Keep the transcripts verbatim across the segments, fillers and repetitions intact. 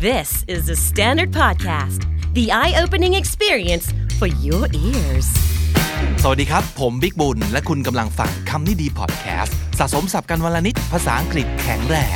This is the Standard Podcast, the eye-opening experience for your ears. สวัสดีครับผมบิ๊กบุญและคุณกำลังฟังคำนี้ดีพอดแคสต์สะสมศัพท์กันวลนิดภาษาอังกฤษแข็งแรง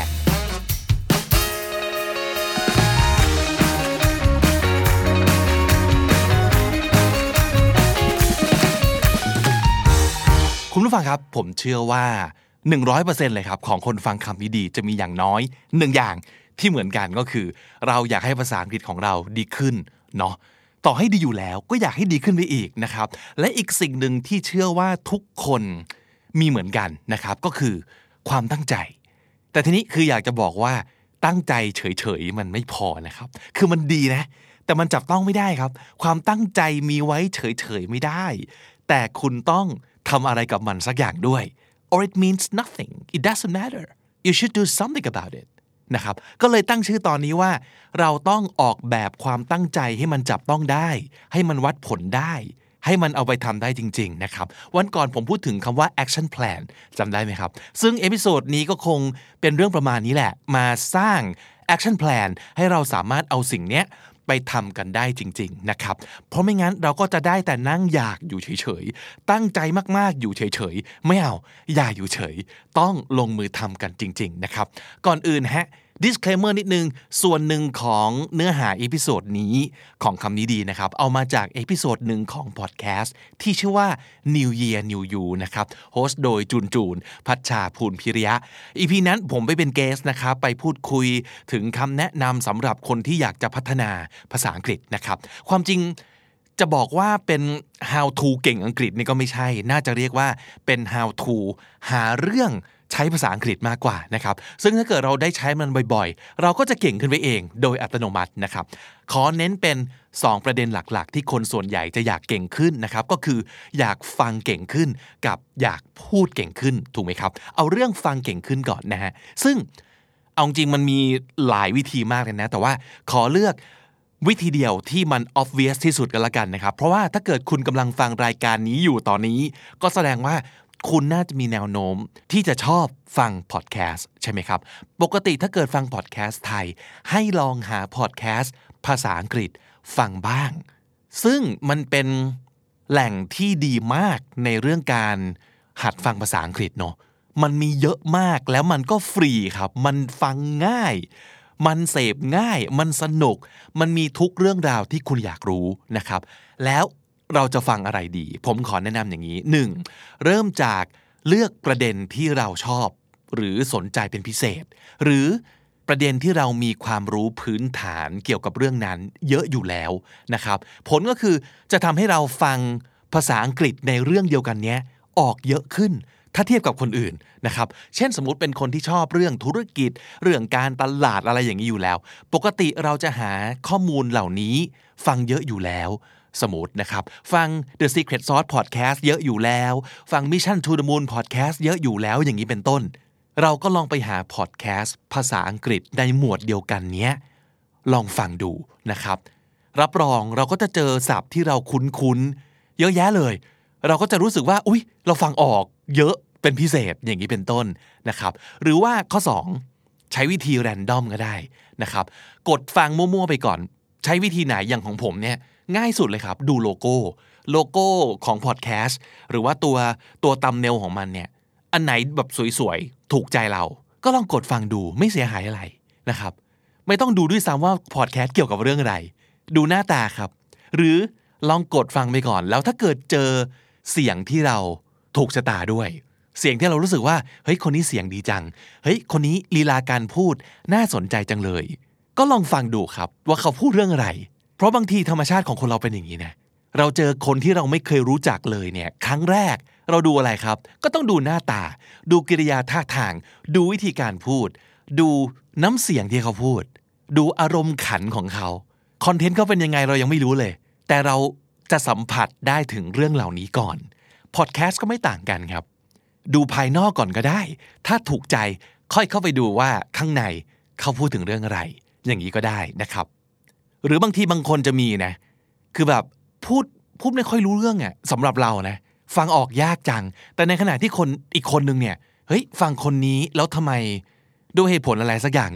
คุณผู้ฟังครับผมเชื่อว่า หนึ่งร้อยเปอร์เซ็นต์ เลยครับของคนฟังคำนี้ดีจะมีอย่างน้อยหนึ่งอย่างที่เหมือนกันก็คือเราอยากให้ภาษาอังกฤษของเราดีขึ้นเนาะต่อให้ดีอยู่แล้วก็อยากให้ดีขึ้นไปอีกนะครับและอีกสิ่งหนึ่งที่เชื่อว่าทุกคนมีเหมือนกันนะครับก็คือความตั้งใจแต่ทีนี้คืออยากจะบอกว่าตั้งใจเฉยๆมันไม่พอนะครับคือมันดีนะแต่มันจับต้องไม่ได้ครับความตั้งใจมีไว้เฉยๆไม่ได้แต่คุณต้องทำอะไรกับมันสักอย่างด้วย or it means nothing it doesn't matter you should do something about it นะครับก็เลยตั้งชื่อตอนนี้ว่าเราต้องออกแบบความตั้งใจให้มันจับต้องได้ให้มันวัดผลได้ให้มันเอาไปทำได้จริงๆนะครับวันก่อนผมพูดถึงคำว่า action plan จำได้ไหมครับซึ่งเอพิโซดนี้ก็คงเป็นเรื่องประมาณนี้แหละมาสร้าง action plan ให้เราสามารถเอาสิ่งเนี้ยไปทำกันได้จริงๆนะครับเพราะไม่งั้นเราก็จะได้แต่นั่งอยากอยู่เฉยๆตั้งใจมากๆอยู่เฉยๆไม่เอาอย่าอยู่เฉยต้องลงมือทำกันจริงๆนะครับก่อนอื่นฮะ disclaimer นิดนึงส่วนหนึ่งของเนื้อหาเอพิโซดนี้ของคำนี้ดีนะครับเอามาจากเอพิโซดหนึ่งของพอดแคสต์ที่ชื่อว่า New Year New You นะครับโฮสต์โดยจูนจูนพัชชาภูลพิริยะ อี พี นั้นผมไปเป็นเกสต์นะครับไปพูดคุยถึงคำแนะนำสำหรับคนที่อยากจะพัฒนาภาษาอังกฤษนะครับความจริงจะบอกว่าเป็น how to เก่งอังกฤษนี่ก็ไม่ใช่น่าจะเรียกว่าเป็น how to หาเรื่องใช้ภาษาอังกฤษมากกว่านะครับซึ่งถ้าเกิดเราได้ใช้มันบ่อยๆเราก็จะเก่งขึ้นไปเองโดยอัตโนมัตินะครับขอเน้นเป็นสองประเด็นหลักๆที่คนส่วนใหญ่จะอยากเก่งขึ้นนะครับก็คืออยากฟังเก่งขึ้นกับอยากพูดเก่งขึ้นถูกไหมครับเอาเรื่องฟังเก่งขึ้นก่อนนะฮะซึ่งเอาจริงมันมีหลายวิธีมากเลยนะแต่ว่าขอเลือกวิธีเดียวที่มัน obvious ที่สุดกันละกันนะครับเพราะว่าถ้าเกิดคุณกำลังฟังรายการนี้อยู่ตอนนี้ก็แสดงว่าคุณน่าจะมีแนวโน้มที่จะชอบฟังพอดแคสต์ใช่ไหมครับปกติถ้าเกิดฟังพอดแคสต์ไทยให้ลองหาพอดแคสต์ภาษาอังกฤษฟังบ้างซึ่งมันเป็นแหล่งที่ดีมากในเรื่องการหัดฟังภาษาอังกฤษเนาะมันมีเยอะมากแล้วมันก็ฟรีครับมันฟังง่ายมันเสพง่ายมันสนุกมันมีทุกเรื่องราวที่คุณอยากรู้นะครับแล้วเราจะฟังอะไรดีผมขอแนะนำอย่างนี้ หนึ่ง เริ่มจากเลือกประเด็นที่เราชอบหรือสนใจเป็นพิเศษหรือประเด็นที่เรามีความรู้พื้นฐานเกี่ยวกับเรื่องนั้นเยอะอยู่แล้วนะครับผลก็คือจะทำให้เราฟังภาษาอังกฤษในเรื่องเดียวกันเนี้ยออกเยอะขึ้นถ้าเทียบกับคนอื่นนะครับเช่นสมมุติเป็นคนที่ชอบเรื่องธุรกิจเรื่องการตลาดอะไรอย่างนี้อยู่แล้วปกติเราจะหาข้อมูลเหล่านี้ฟังเยอะอยู่แล้วสมมุตินะครับฟัง The Secret Sauce Podcast เยอะอยู่แล้วฟัง Mission to the Moon Podcast เยอะอยู่แล้วอย่างนี้เป็นต้นเราก็ลองไปหา podcast ภาษาอังกฤษในหมวดเดียวกันเนี้ยลองฟังดูนะครับรับรองเราก็จะเจอศัพท์ที่เราคุ้นๆเยอะแยะเลยเราก็จะรู้สึกว่าอุ๊ยเราฟังออกเยอะเป็นพิเศษอย่างนี้เป็นต้นนะครับหรือว่าข้อสองใช้วิธีแรนดอมก็ได้นะครับกดฟังมั่วๆไปก่อนใช้วิธีไหนอย่างของผมเนี่ยง่ายสุดเลยครับดูโลโก้โลโก้ของพอดแคสต์หรือว่าตัวตัวตัมเนลของมันเนี่ยอันไหนแบบสวยๆถูกใจเราก็ลองกดฟังดูไม่เสียหายอะไรนะครับไม่ต้องดูด้วยซ้ำว่าพอดแคสต์เกี่ยวกับเรื่องอะไรดูหน้าตาครับหรือลองกดฟังไปก่อนแล้วถ้าเกิดเจอเสียงที่เราถูกชะตาด้วยเสียงที่เรารู้สึกว่าเฮ้ยคนนี้เสียงดีจังเฮ้ยคนนี้ลีลาการพูดน่าสนใจจังเลยก็ลองฟังดูครับว่าเขาพูดเรื่องอะไรเพราะบางทีธรรมชาติของคนเราเป็นอย่างนี้นะเราเจอคนที่เราไม่เคยรู้จักเลยเนี่ยครั้งแรกเราดูอะไรครับก็ต้องดูหน้าตาดูกิริยาท่าทางดูวิธีการพูดดูน้ำเสียงที่เขาพูดดูอารมณ์ขันของเขาคอนเทนต์เขาเป็นยังไงเรายังไม่รู้เลยแต่เราจะสัมผัสได้ถึงเรื่องเหล่านี้ก่อนพอดแคสต์ก็ไม่ต่างกันครับดูภายนอกก่อนก็ได้ถ้าถูกใจค่อยเข้าไปดูว่าข้างในเขาพูดถึงเรื่องอะไรอย่างนี้ก็ได้นะครับหรือบางทีบางคนจะมีนะคือแบบพูดพูดไม่ค่อยรู้เรื่องอ่ะสำหรับเรานะฟังออกยากจังแต่ในขณะที่คนอีกคนนึงเนี่ยเฮ้ยฟังคนนี้แล้วทำไมด้วยเหตุผลอะไรสักอย่างหนึ่ง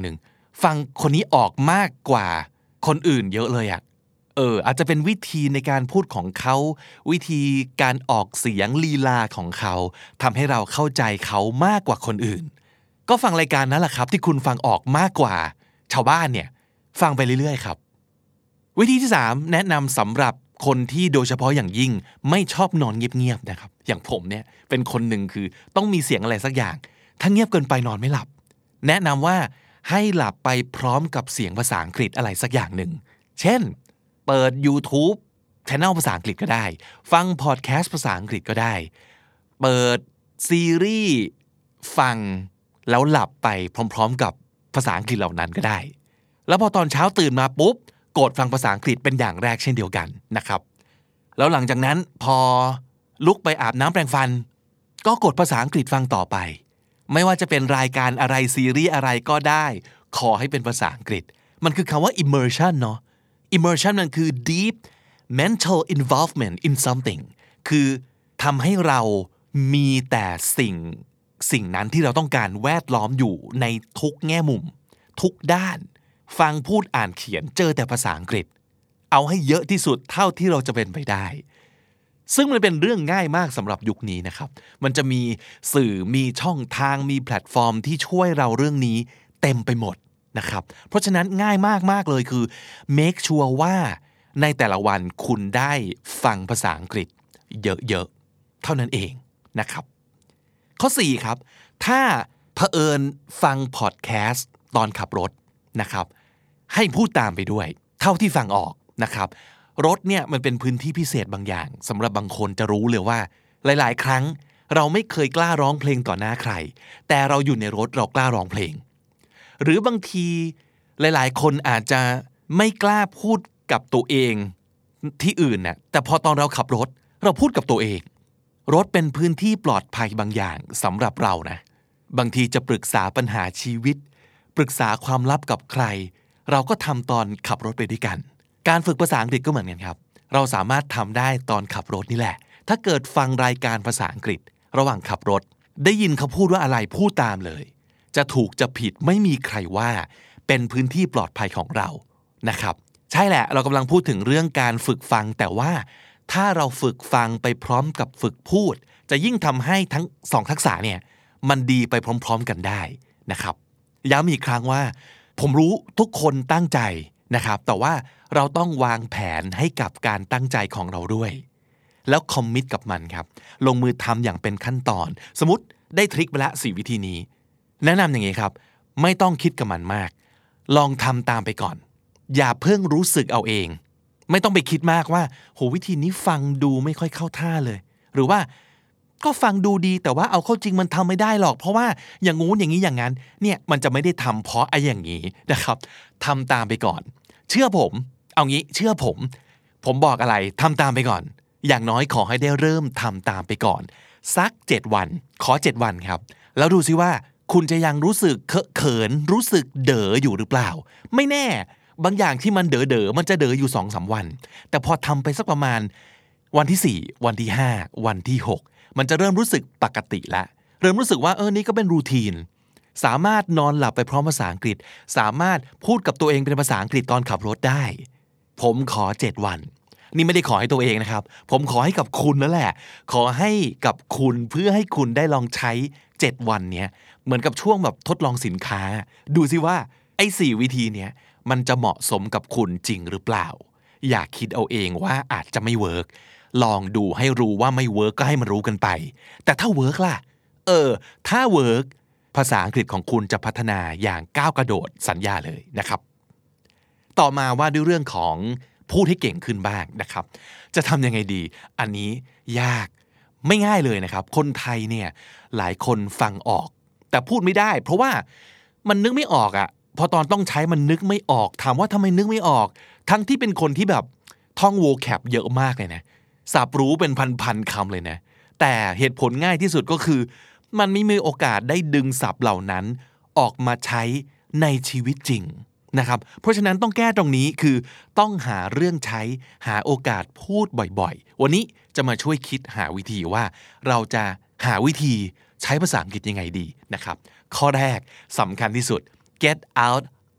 ฟังคนนี้ออกมากกว่าคนอื่นเยอะเลยอะเอออาจจะเป็นวิธีในการพูดของเขาวิธีการออกเสียงลีลาของเขาทำให้เราเข้าใจเขามากกว่าคนอื่นก็ฟังรายการนั้นแหละครับที่คุณฟังออกมากกว่าชาวบ้านเนี่ยฟังไปเรื่อยๆครับวิธีที่สามแนะนำสำหรับคนที่โดยเฉพาะอย่างยิ่งไม่ชอบนอนเงียบๆนะครับอย่างผมเนี่ยเป็นคนหนึ่งคือต้องมีเสียงอะไรสักอย่างถ้าเงียบเกินไปนอนไม่หลับแนะนำว่าให้หลับไปพร้อมกับเสียงภาษาอังกฤษอะไรสักอย่างหนึ่งเช่นเปิด YouTube Channel ภาษาอังกฤษก็ได้ฟังพอดแคสต์ภาษาอังกฤษก็ได้เปิดซีรีส์ฟังแล้วหลับไปพร้อมๆกับภาษาอังกฤษเหล่านั้นก็ได้แล้วพอตอนเช้าตื่นมาปุ๊บกดฟังภาษาอังกฤษเป็นอย่างแรกเช่นเดียวกันนะครับแล้วหลังจากนั้นพอลุกไปอาบน้ำแปรงฟันก็กดภาษาอังกฤษฟังต่อไปไม่ว่าจะเป็นรายการอะไรซีรีส์อะไรก็ได้ขอให้เป็นภาษาอังกฤษมันคือคำว่า immersion เนาะ immersion มันคือ deep mental involvement in something คือทำให้เรามีแต่สิ่งสิ่งนั้นที่เราต้องการแวดล้อมอยู่ในทุกแง่มุมทุกด้านฟังพูดอ่านเขียนเจอแต่ภาษาอังกฤษเอาให้เยอะที่สุดเท่าที่เราจะเป็นไปได้ซึ่งมันเป็นเรื่องง่ายมากสำหรับยุคนี้นะครับมันจะมีสื่อมีช่องทางมีแพลตฟอร์มที่ช่วยเราเรื่องนี้เต็มไปหมดนะครับเพราะฉะนั้นง่ายมากๆเลยคือ make sure ว่าในแต่ละวันคุณได้ฟังภาษาอังกฤษเยอะๆเท่านั้นเองนะครับข้อสี่ครับถ้าเผอิญฟังพอดแคสต์ตอนขับรถนะครับให้พูดตามไปด้วยเท่าที่ฟังออกนะครับรถเนี่ยมันเป็นพื้นที่พิเศษบางอย่างสำหรับบางคนจะรู้เลยว่าหลายๆครั้งเราไม่เคยกล้าร้องเพลงต่อหน้าใครแต่เราอยู่ในรถเรากล้าร้องเพลงหรือบางทีหลายๆคนอาจจะไม่กล้าพูดกับตัวเองที่อื่นน่ะแต่พอตอนเราขับรถเราพูดกับตัวเองรถเป็นพื้นที่ปลอดภัยบางอย่างสำหรับเรานะบางทีจะปรึกษาปัญหาชีวิตปรึกษาความลับกับใครเราก็ทำตอนขับรถไปด้วยกันการฝึกภาษาอังกฤษก็เหมือนกันครับเราสามารถทำได้ตอนขับรถนี่แหละถ้าเกิดฟังรายการภาษาอังกฤษระหว่างขับรถได้ยินเขาพูดว่าอะไรพูดตามเลยจะถูกจะผิดไม่มีใครว่าเป็นพื้นที่ปลอดภัยของเรานะครับใช่แหละเรากำลังพูดถึงเรื่องการฝึกฟังแต่ว่าถ้าเราฝึกฟังไปพร้อมกับฝึกพูดจะยิ่งทำให้ทั้งสองทักษะเนี่ยมันดีไปพร้อมๆกันได้นะครับย้ำอีกครั้งว่าผมรู้ทุกคนตั้งใจนะครับแต่ว่าเราต้องวางแผนให้กับการตั้งใจของเราด้วยแล้วคอมมิตกับมันครับลงมือทำอย่างเป็นขั้นตอนสมมติได้ทริคไปละสี่วิธีนี้แนะนำอย่างนี้ครับไม่ต้องคิดกับมันมากลองทำตามไปก่อนอย่าเพิ่งรู้สึกเอาเองไม่ต้องไปคิดมากว่าโหวิธีนี้ฟังดูไม่ค่อยเข้าท่าเลยหรือว่าก็ฟังดูดีแต่ว่าเอาเข้าจริงมันทำไม่ได้หรอกเพราะว่าอย่างงู้นอย่างนี้อย่างนั้นเนี่ยมันจะไม่ได้ทำเพราะไอ้อย่างนี้นะครับทำตามไปก่อนเชื่อผมเอางี้เชื่อผมผมบอกอะไรทำตามไปก่อนอย่างน้อยขอให้ได้เริ่มทำตามไปก่อนสักเจ็ดวันขอเจ็ดวันครับแล้วดูซิว่าคุณจะยังรู้สึกเคอะเขินรู้สึกเด๋ออยู่หรือเปล่าไม่แน่บางอย่างที่มันเด๋อเด๋อมันจะเด๋ออยู่ สองถึงสาม วันแต่พอทำไปสักประมาณวันที่สี่วันที่ห้าวันที่หกมันจะเริ่มรู้สึกปกติแล้วเริ่มรู้สึกว่าเออนี่ก็เป็นรูทีนสามารถนอนหลับไปพร้อมภาษาอังกฤษสามารถพูดกับตัวเองเป็นภาษาอังกฤษตอนขับรถได้ผมขอเจ็ดวันนี่ไม่ได้ขอให้ตัวเองนะครับผมขอให้กับคุณนั่นแหละขอให้กับคุณเพื่อให้คุณได้ลองใช้เจ็ดวันเนี้ยเหมือนกับช่วงแบบทดลองสินค้าดูสิว่าไอ้สี่วิธีเนี้ยมันจะเหมาะสมกับคุณจริงหรือเปล่าอยากคิดเอาเองว่าอาจจะไม่เวิร์กลองดูให้รู้ว่าไม่เวิร์กก็ให้มันรู้กันไปแต่ถ้าเวิร์กล่ะเออถ้าเวิร์กภาษาอังกฤษของคุณจะพัฒนาอย่างก้าวกระโดดสัญญาเลยนะครับต่อมาว่าด้วยเรื่องของพูดให้เก่งขึ้นบ้างนะครับจะทำยังไงดีอันนี้ยากไม่ง่ายเลยนะครับคนไทยเนี่ยหลายคนฟังออกแต่พูดไม่ได้เพราะว่ามันนึกไม่ออกอ่ะพอตอนต้องใช้มันนึกไม่ออกถามว่าทำไมนึกไม่ออกทั้งที่เป็นคนที่แบบท่องโวแคปเยอะมากเลยนะสับรู้เป็นพันๆคำเลยนะแต่เหตุผลง่ายที่สุดก็คือมันไม่มีโอกาสได้ดึงศัพท์เหล่านั้นออกมาใช้ในชีวิตจริงนะครับเพราะฉะนั้นต้องแก้ตรงนี้คือต้องหาเรื่องใช้หาโอกาสพูดบ่อยๆวันนี้จะมาช่วยคิดหาวิธีว่าเราจะหาวิธีใช้ภาษาอังกฤษยังไงดีนะครับข้อแรกสำคัญที่สุด get out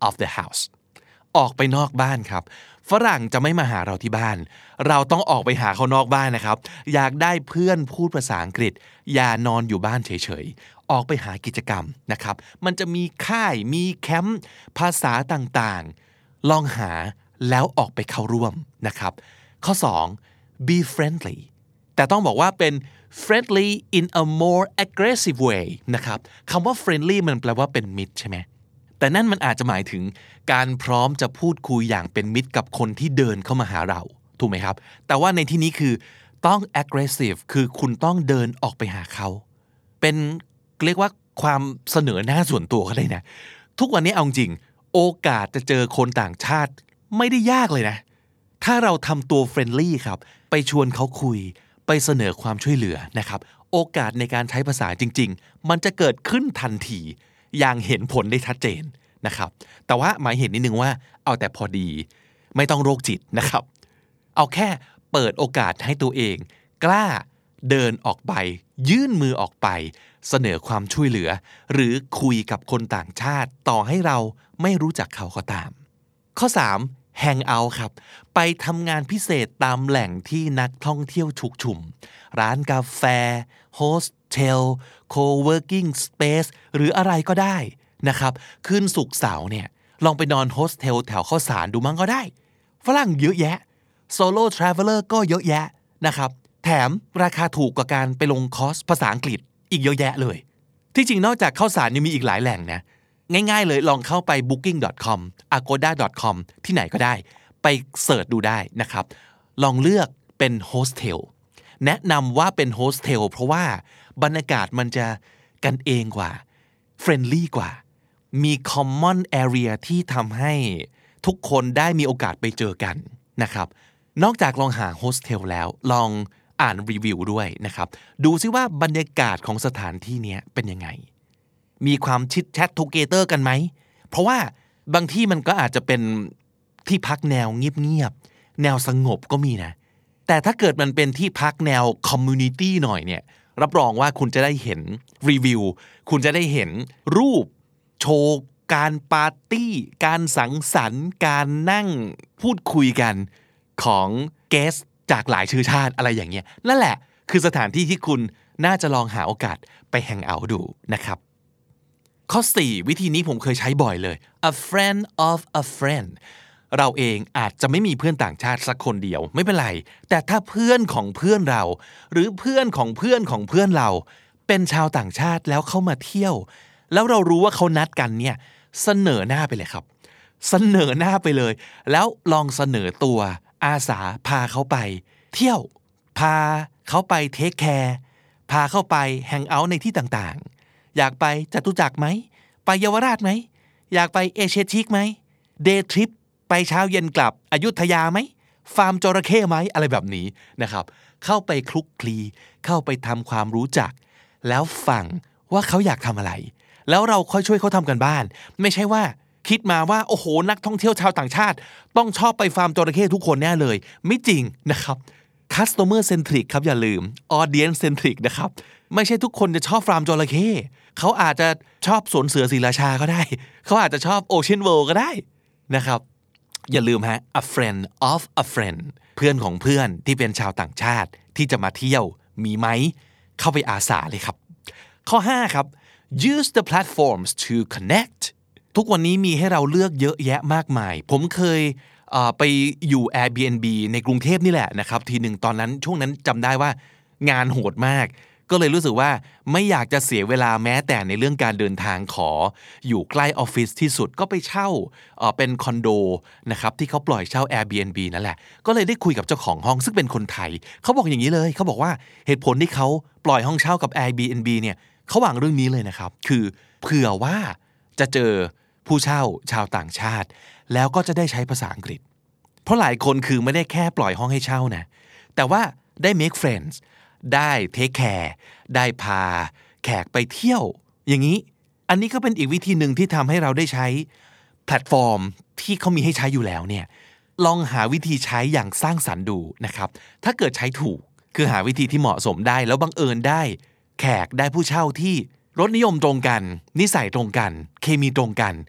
of the house ออกไปนอกบ้านครับฝรั่งจะไม่มาหาเราที่บ้านเราต้องออกไปหาเขานอกบ้านนะครับอยากได้เพื่อนพูดภาษาอังกฤษอย่านอนอยู่บ้านเฉยๆออกไปหากิจกรรมนะครับมันจะมีค่ายมีแคมป์ภาษาต่างๆลองหาแล้วออกไปเข้าร่วมนะครับข้อสอง be friendly แต่ต้องบอกว่าเป็น friendly in a more aggressive way นะครับคำว่า friendly มันแปลว่าเป็นมิตรใช่ไหมแต่นั่นมันอาจจะหมายถึงการพร้อมจะพูดคุยอย่างเป็นมิตรกับคนที่เดินเข้ามาหาเราถูกไหมครับแต่ว่าในที่นี้คือต้อง aggressive คือคุณต้องเดินออกไปหาเขาเป็นเรียกว่าความเสนอหน้าส่วนตัวก็ได้นะทุกวันนี้เอาจริงโอกาสจะเจอคนต่างชาติไม่ได้ยากเลยนะถ้าเราทำตัว friendly ครับไปชวนเขาคุยไปเสนอความช่วยเหลือนะครับโอกาสในการใช้ภาษาจริงๆมันจะเกิดขึ้นทันทีอย่างเห็นผลได้ชัดเจนนะครับแต่ว่าหมายเห็นนิดนึงว่าเอาแต่พอดีไม่ต้องโรคจิตนะครับเอาแค่เปิดโอกาสให้ตัวเองกล้าเดินออกไปยื่นมือออกไปเสนอความช่วยเหลือหรือคุยกับคนต่างชาติต่อให้เราไม่รู้จักเขาก็ตามข้อสามhang out ครับไปทำงานพิเศษตามแหล่งที่นักท่องเที่ยวชุกชุมร้านกาแฟโฮสเทล co-working space หรืออะไรก็ได้นะครับคืนศุกร์เสาร์เนี่ยลองไปนอนโฮสเทลแถวข้าวสารดูมั้งก็ได้ฝรั่งเยอะแยะ solo traveler ก็เยอะแยะนะครับแถมราคาถูกกว่าการไปลงคอร์สภาษาอังกฤษอีกเยอะแยะเลยที่จริงนอกจากข้าวสารยังมีอีกหลายแหล่งนะง่ายๆเลยลองเข้าไป บุ๊คกิ้ง ดอท คอม อาโกด้า ดอท คอม ที่ไหนก็ได้ไปเสิร์ชดูได้นะครับลองเลือกเป็นโฮสเทลแนะนำว่าเป็นโฮสเทลเพราะว่าบรรยากาศมันจะกันเองกว่าเฟรนลี่กว่ามี common area ที่ทำให้ทุกคนได้มีโอกาสไปเจอกันนะครับนอกจากลองหาโฮสเทลแล้วลองอ่านรีวิวด้วยนะครับดูซิว่าบรรยากาศของสถานที่นี้เป็นยังไงมีความชิดแชททูเกเตอร์กันไหมเพราะว่าบางที่มันก็อาจจะเป็นที่พักแนวเงียบๆแนวสงบก็มีนะแต่ถ้าเกิดมันเป็นที่พักแนวคอมมูนิตี้หน่อยเนี่ยรับรองว่าคุณจะได้เห็นรีวิวคุณจะได้เห็นรูปโชว์การปาร์ตี้การสังสรรค์การนั่งพูดคุยกันของเกสต์จากหลายเชื้อชาติอะไรอย่างเงี้ยนั่นแหละคือสถานที่ที่คุณน่าจะลองหาโอกาสไปแฮงเอาท์ดูนะครับข้อสี่วิธีนี้ผมเคยใช้บ่อยเลย a friend of a friend เราเองอาจจะไม่มีเพื่อนต่างชาติสักคนเดียวไม่เป็นไรแต่ถ้าเพื่อนของเพื่อนเราหรือเพื่อนของเพื่อนของเพื่อนเราเป็นชาวต่างชาติแล้วเข้ามาเที่ยวแล้วเรารู้ว่าเขานัดกันเนี่ยเสนอหน้าไปเลยครับเสนอหน้าไปเลยแล้วลองเสนอตัวอาสาพาเขาไปเที่ยวพาเขาไปเทคแคร์พาเข้าไปแฮงเอาท์ในที่ต่างๆอยากไปจตุจักรไหมไปเยาวราชไหมอยากไปเอเชียทิกไหมเดย์ทริปไปเช้าเย็นกลับอยุธยาไหมฟาร์มจระเข้ไหมอะไรแบบนี้นะครับเข้าไปคลุกคลีเข้าไปทำความรู้จักแล้วฟังว่าเขาอยากทำอะไรแล้วเราค่อยช่วยเขาทำกันบ้านไม่ใช่ว่าคิดมาว่าโอ้โหนักท่องเที่ยวชาวต่างชาติต้องชอบไปฟาร์มจระเข้ทุกคนแน่เลยไม่จริงนะครับ customer centric ครับอย่าลืม audience centric นะครับไม่ใช่ทุกคนจะชอบฟาร์มจระเข้เขาอาจจะชอบสวนเสือศรีราชาก็ได้เขาอาจจะชอบ Ocean World ก็ได้นะครับอย่าลืมฮะ a friend of a friend เพื่อนของเพื่อนที่เป็นชาวต่างชาติที่จะมาเที่ยวมีไหมเข้าไปอาสาเลยครับข้อห้าครับ use the platforms to connect ทุกวันนี้มีให้เราเลือกเยอะแยะมากมายผมเคยเอ่อไปอยู่ Airbnb ในกรุงเทพนี่แหละนะครับทีหนึ่งตอนนั้นช่วงนั้นจำได้ว่างานโหดมากก็เลยรู้สึกว่าไม่อยากจะเสียเวลาแม้แต่ในเรื่องการเดินทางขออยู่ใกล้ออฟฟิศที่สุดก็ไปเช่าเอ่อเป็นคอนโดนะครับที่เขาปล่อยเช่า Airbnb นั่นแหละก็เลยได้คุยกับเจ้าของห้องซึ่งเป็นคนไทยเขาบอกอย่างนี้เลยเขาบอกว่าเหตุผลที่เขาปล่อยห้องเช่ากับ Airbnb เนี่ยเขาหวังเรื่องนี้เลยนะครับคือเผื่อว่าจะเจอผู้เช่าชาวต่างชาติแล้วก็จะได้ใช้ภาษาอังกฤษเพราะหลายคนคือไม่ได้แค่ปล่อยห้องให้เช่านะแต่ว่าได้ make friends ได้ take care ได้พาแขกไปเที่ยวอย่างนี้อันนี้ก็เป็นอีกวิธีหนึ่งที่ทำให้เราได้ใช้แพลตฟอร์มที่เขามีให้ใช้อยู่แล้วเนี่ยลองหาวิธีใช้อย่างสร้างสรรค์ดูนะครับถ้าเกิดใช้ถูกคือหาวิธีที่เหมาะสมได้แล้วบังเอิญได้แขกได้ผู้เช่าที่รสนิยมตรงกันนิสัยตรงกันเคมีตรงกัน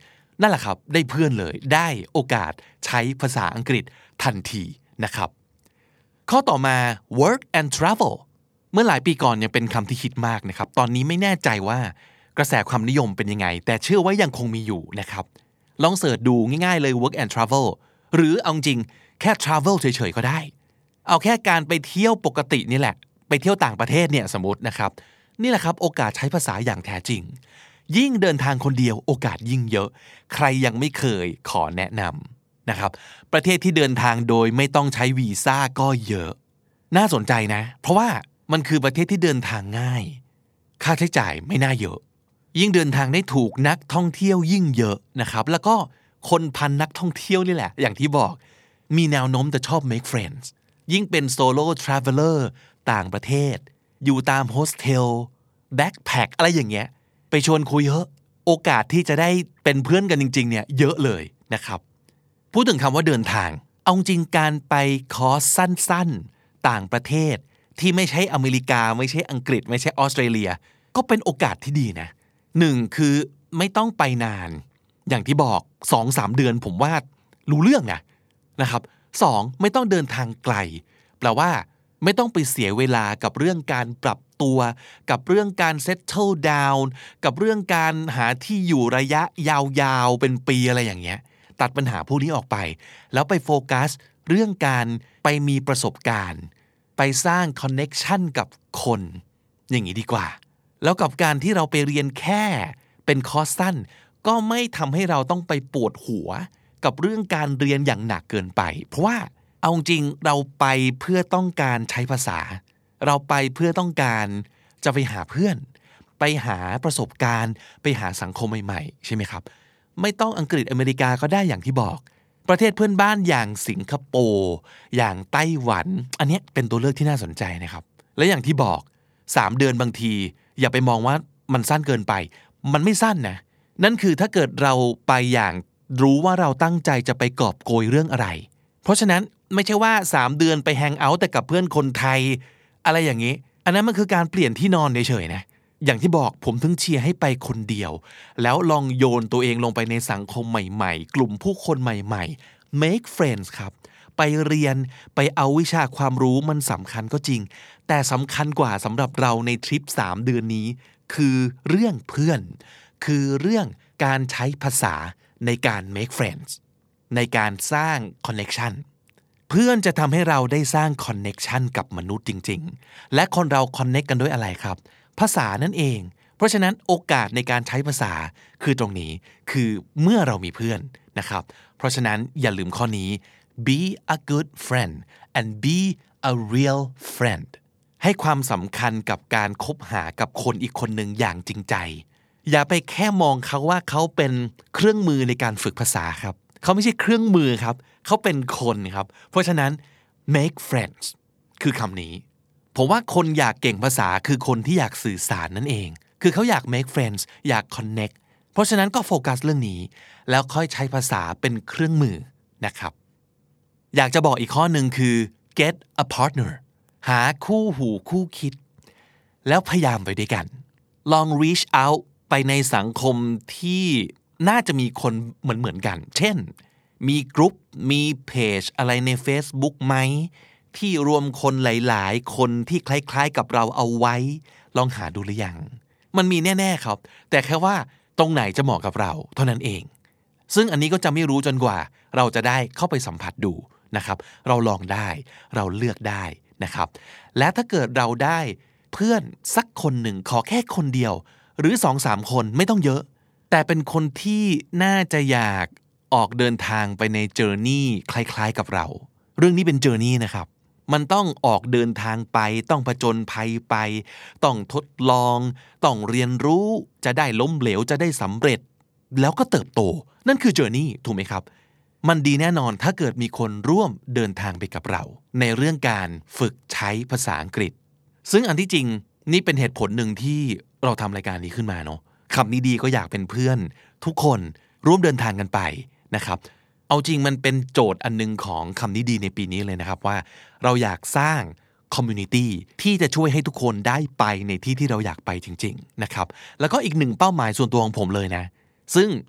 นั่นแหละครับได้เพื่อนเลยได้โอกาสใช้ภาษาอังกฤษทันทีนะครับข้อต่อมา work and travel เมื่อหลายปีก่อนยังเป็นคำที่ฮิตมากนะครับตอนนี้ไม่แน่ใจว่ากระแสความนิยมเป็นยังไงแต่เชื่อว่ายังคงมีอยู่นะครับลองเสิร์ชดูง่ายๆเลย work and travel หรือเอาจริงแค่ travel เฉยๆก็ได้เอาแค่การไปเที่ยวปกตินี่แหละไปเที่ยวต่างประเทศเนี่ยสมมตินะครับนี่แหละครับโอกาสใช้ภาษาอย่างแท้จริงยิ่งเดินทางคนเดียวโอกาสยิ่งเยอะใครยังไม่เคยขอแนะนำนะครับประเทศที่เดินทางโดยไม่ต้องใช้วีซ่าก็เยอะน่าสนใจนะเพราะว่ามันคือประเทศที่เดินทางง่ายค่าใช้จ่ายไม่น่าเยอะยิ่งเดินทางได้ถูกนักท่องเที่ยวยิ่งเยอะนะครับแล้วก็คนพันนักท่องเที่ยวนี่แหละอย่างที่บอกมีแนวโน้มจะชอบ make friends ยิ่งเป็น solo traveler ต่างประเทศอยู่ตามโฮสเทลแบ็คแพ็คอะไรอย่างเงี้ยไปชวนคุยเยอะโอกาสที่จะได้เป็นเพื่อนกันจริงๆเนี่ยเยอะเลยนะครับพูดถึงคำว่าเดินทางเอาจริงการไปคอร์สสั้นๆต่างประเทศที่ไม่ใช่อเมริกาไม่ใช่อังกฤษไม่ใช่ออสเตรเลียก็เป็นโอกาสที่ดีนะหนึ่งคือไม่ต้องไปนานอย่างที่บอก สองถึงสาม เดือนผมว่ารู้เรื่องนะนะครับสองไม่ต้องเดินทางไกลแปลว่าไม่ต้องไปเสียเวลากับเรื่องการปรับตัวกับเรื่องการ settle down กับเรื่องการหาที่อยู่ระยะยาวๆเป็นปีอะไรอย่างเงี้ยตัดปัญหาพวกนี้ออกไปแล้วไปโฟกัสเรื่องการไปมีประสบการณ์ไปสร้าง connection กับคนอย่างนี้ดีกว่าแล้วกับการที่เราไปเรียนแค่เป็นคอร์สสั้นก็ไม่ทำให้เราต้องไปปวดหัวกับเรื่องการเรียนอย่างหนักเกินไปเพราะว่าเอาจริงเราไปเพื่อต้องการใช้ภาษาเราไปเพื่อต้องการจะไปหาเพื่อนไปหาประสบการณ์ไปหาสังคมใหม่ๆใช่ไหมครับไม่ต้องอังกฤษอเมริกาก็ได้อย่างที่บอกประเทศเพื่อนบ้านอย่างสิงคโปร์อย่างไต้หวันอันนี้เป็นตัวเลือกที่น่าสนใจนะครับและอย่างที่บอกสามเดือนบางทีอย่าไปมองว่ามันสั้นเกินไปมันไม่สั้นนะนั่นคือถ้าเกิดเราไปอย่างรู้ว่าเราตั้งใจจะไปกอบโกยเรื่องอะไรเพราะฉะนั้นไม่ใช่ว่าสามเดือนไปแฮงเอาท์แต่กับเพื่อนคนไทยอะไรอย่างนี้อันนั้นมันคือการเปลี่ยนที่นอนเฉยๆนะอย่างที่บอกผมถึงเชียร์ให้ไปคนเดียวแล้วลองโยนตัวเองลงไปในสังคมใหม่ๆกลุ่มผู้คนใหม่ๆ make friends ครับไปเรียนไปเอาวิชาความรู้มันสำคัญก็จริงแต่สำคัญกว่าสำหรับเราในทริปสามเดือนนี้คือเรื่องเพื่อนคือเรื่องการใช้ภาษาในการ make friends ในการสร้าง connection เพื่อนจะทำให้เราได้สร้าง connection กับมนุษย์จริงๆและคนเรา connect กันด้วยอะไรครับภาษานั่นเองเพราะฉะนั้นโอกาสในการใช้ภาษาคือตรงนี้คือเมื่อเรามีเพื่อนนะครับเพราะฉะนั้นอย่าลืมข้อนี้ be a good friend and be a real friend ให้ความสำคัญกับการคบหากับคนอีกคนหนึ่งอย่างจริงใจอย่าไปแค่มองเขาว่าเขาเป็นเครื่องมือในการฝึกภาษาครับเขาไม่ใช่เครื่องมือครับเขาเป็นคนครับเพราะฉะนั้น make friends คือคำนี้ผมว่าคนอยากเก่งภาษาคือคนที่อยากสื่อสารนั่นเองคือเขาอยาก make friends อยาก connect เพราะฉะนั้นก็โฟกัสเรื่องนี้แล้วค่อยใช้ภาษาเป็นเครื่องมือนะครับอยากจะบอกอีกข้อหนึ่งคือ get a partner หาคู่หูคู่คิดแล้วพยายามไปด้วยกันลอง reach out ไปในสังคมที่น่าจะมีคนเหมือนเหมือนกันเช่นมีกรุ๊ปมีเพจอะไรใน Facebook ไหมที่รวมคนหลายๆคนที่คล้ายๆกับเราเอาไว้ลองหาดูหรือยังมันมีแน่ๆครับแต่แค่ว่าตรงไหนจะเหมาะกับเราเท่านั้นเองซึ่งอันนี้ก็จะไม่รู้จนกว่าเราจะได้เข้าไปสัมผัสดูนะครับเราลองได้เราเลือกได้นะครับและถ้าเกิดเราได้เพื่อนสักคนหนึ่งขอแค่คนเดียวหรือ สองถึงสาม คนไม่ต้องเยอะแต่เป็นคนที่น่าจะอยากออกเดินทางไปในเจอร์นี่คล้ายๆกับเราเรื่องนี้เป็นเจอร์นี่นะครับมันต้องออกเดินทางไปต้องผจญภัยไปต้องทดลองต้องเรียนรู้จะได้ล้มเหลวจะได้สำเร็จแล้วก็เติบโตนั่นคือเจอร์นี่ถูกไหมครับมันดีแน่นอนถ้าเกิดมีคนร่วมเดินทางไปกับเราในเรื่องการฝึกใช้ภาษาอังกฤษซึ่งอันที่จริงนี่เป็นเหตุผลหนึ่งที่เราทำรายการนี้ขึ้นมาเนาะคำนี้ดีก็อยากเป็นเพื่อนทุกคนร่วมเดินทางกันไปนะครับเอาจริงมันเป็นโจทย์อันนึงของคำนี้ดีในปีนี้เลยนะครับว่าเราอยากสร้างคอมมูนิตี้ที่จะช่วยให้ทุกคนได้ไปในที่ที่เราอยากไปจริงๆนะครับแล้วก็อีกหนึ่งเป้าหมายส่วนตัวของผมเลยนะซึ่ง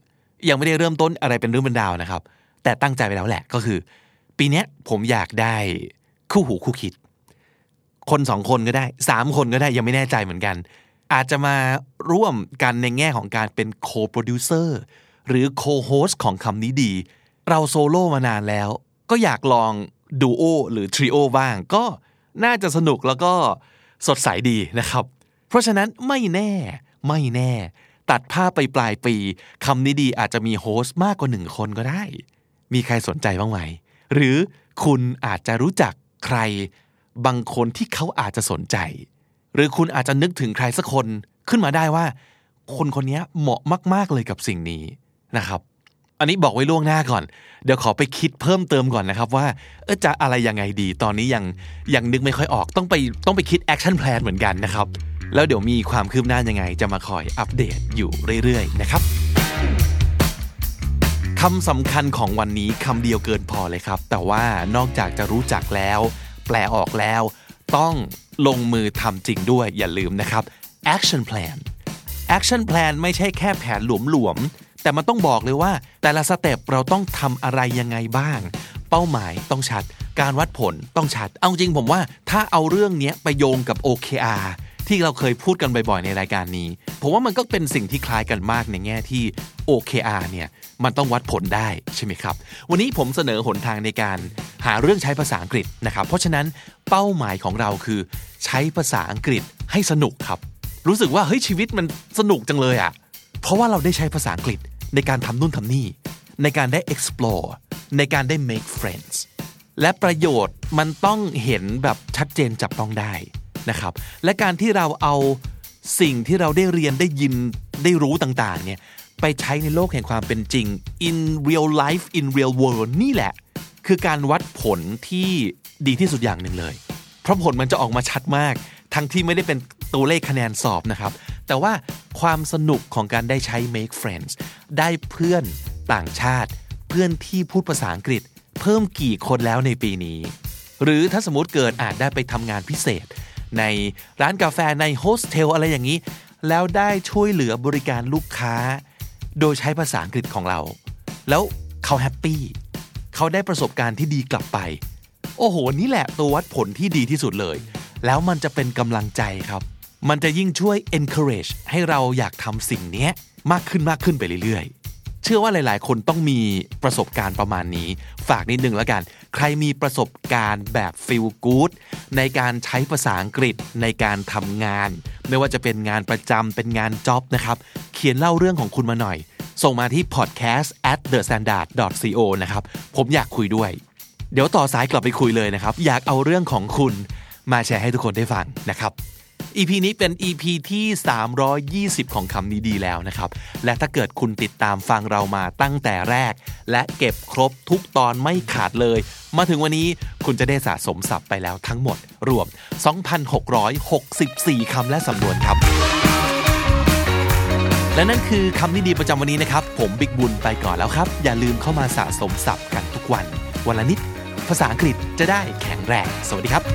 ยังไม่ได้เริ่มต้นอะไรเป็นเรื่องเป็นราวนะครับแต่ตั้งใจไปแล้วแหละก็คือปีนี้ผมอยากได้คู่หูคู่คิดคนสองคนก็ได้สามคนก็ได้ยังไม่แน่ใจเหมือนกันอาจจะมาร่วมกันในแง่ของการเป็นโคโปรดิวเซอร์หรือโคโฮสต์ของคำนี้ดีเราโซโล่มานานแล้วก็อยากลองดูโอหรือทริโอบ้างก็น่าจะสนุกแล้วก็สดใสดีนะครับเพราะฉะนั้นไม่แน่ไม่แน่ตัดภาพไปปลายปีคำนี้ดีอาจจะมีโฮสต์มากกว่าหนึ่งคนก็ได้มีใครสนใจบ้างไหมหรือคุณอาจจะรู้จักใครบางคนที่เขาอาจจะสนใจหรือคุณอาจจะนึกถึงใครสักคนขึ้นมาได้ว่าคนคนนี้เหมาะมากๆเลยกับสิ่งนี้นะครับอันนี้บอกไว้ล่วงหน้าก่อนเดี๋ยวขอไปคิดเพิ่มเติมก่อนนะครับว่าเออจะอะไรยังไงดีตอนนี้ยังยังนึกไม่ค่อยออกต้องไปต้องไปคิดแอคชั่นแพลนเหมือนกันนะครับแล้วเดี๋ยวมีความคืบหน้ายังไงจะมาคอยอัปเดตอยู่เรื่อยๆนะครับคำสำคัญของวันนี้คำเดียวเกินพอเลยครับแต่ว่านอกจากจะรู้จักแล้วแปลออกแล้วต้องลงมือทำจริงด้วยอย่าลืมนะครับ action plan action plan ไม่ใช่แค่แผนหลวมๆแต่มันต้องบอกเลยว่าแต่ละสเต็ปเราต้องทำอะไรยังไงบ้างเป้าหมายต้องชัดการวัดผลต้องชัดเอาจริงผมว่าถ้าเอาเรื่องนี้ไปโยงกับ โอ เค อาร์ ที่เราเคยพูดกันบ่อยๆในรายการนี้ผมว่ามันก็เป็นสิ่งที่คล้ายกันมากในแง่ที่ โอ เค อาร์ เนี่ยมันต้องวัดผลได้ใช่ไหมครับวันนี้ผมเสนอหนทางในการหาเรื่องใช้ภาษาอังกฤษนะครับเพราะฉะนั้นเป้าหมายของเราคือใช้ภาษาอังกฤษให้สนุกครับรู้สึกว่าเฮ้ยชีวิตมันสนุกจังเลยอ่ะเพราะว่าเราได้ใช้ภาษาอังกฤษในการทำนู่นทำนี่ในการได้ explore ในการได้ make friends และประโยชน์มันต้องเห็นแบบชัดเจนจับต้องได้นะครับและการที่เราเอาสิ่งที่เราได้เรียนได้ยินได้รู้ต่างๆเนี่ยไปใช้ในโลกแห่งความเป็นจริง in real life in real world นี่แหละคือการวัดผลที่ดีที่สุดอย่างหนึ่งเลยเพราะผลมันจะออกมาชัดมากทั้งที่ไม่ได้เป็นตัวเลขคะแนนสอบนะครับแต่ว่าความสนุกของการได้ใช้ make friends ได้เพื่อนต่างชาติเพื่อนที่พูดภาษาอังกฤษเพิ่มกี่คนแล้วในปีนี้หรือถ้าสมมติเกิดอาจได้ไปทำงานพิเศษในร้านกาแฟในโฮสเทลอะไรอย่างนี้แล้วได้ช่วยเหลือบริการลูกค้าโดยใช้ภาษาอังกฤษของเราแล้วเขาแฮปปี้เขาได้ประสบการณ์ที่ดีกลับไปโอ้โหนี่แหละตัววัดผลที่ดีที่สุดเลยแล้วมันจะเป็นกำลังใจครับมันจะยิ่งช่วย encourage ให้เราอยากทำสิ่งนี้มากขึ้นมากขึ้นไปเรื่อยๆเชื่อว่าหลายๆคนต้องมีประสบการณ์ประมาณนี้ฝากนิดนึงแล้วกันใครมีประสบการณ์แบบ feel good ในการใช้ภาษาอังกฤษในการทำงานไม่ว่าจะเป็นงานประจำเป็นงานจ็อบนะครับเขียนเล่าเรื่องของคุณมาหน่อยส่งมาที่ podcast at the standard dot co นะครับผมอยากคุยด้วยเดี๋ยวต่อสายกลับไปคุยเลยนะครับอยากเอาเรื่องของคุณมาแชร์ให้ทุกคนได้ฟังนะครับ อี พี นี้เป็น อี พี ที่สามร้อยยี่สิบของคำนี้ดีแล้วนะครับและถ้าเกิดคุณติดตามฟังเรามาตั้งแต่แรกและเก็บครบทุกตอนไม่ขาดเลยมาถึงวันนี้คุณจะได้สะสมศัพท์ไปแล้วทั้งหมดรวม สองพันหกร้อยหกสิบสี่ คำและสำนวนครับและนั่นคือคำนี้ดีประจำวันนี้นะครับผมบิ๊กบุญไปก่อนแล้วครับอย่าลืมเข้ามาสะสมศัพท์กันทุกวันวันละนิดภาษาอังกฤษจะได้แข็งแรงสวัสดีครับ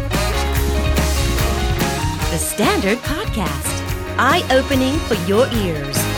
The Standard Podcast Eye Opening for Your Ears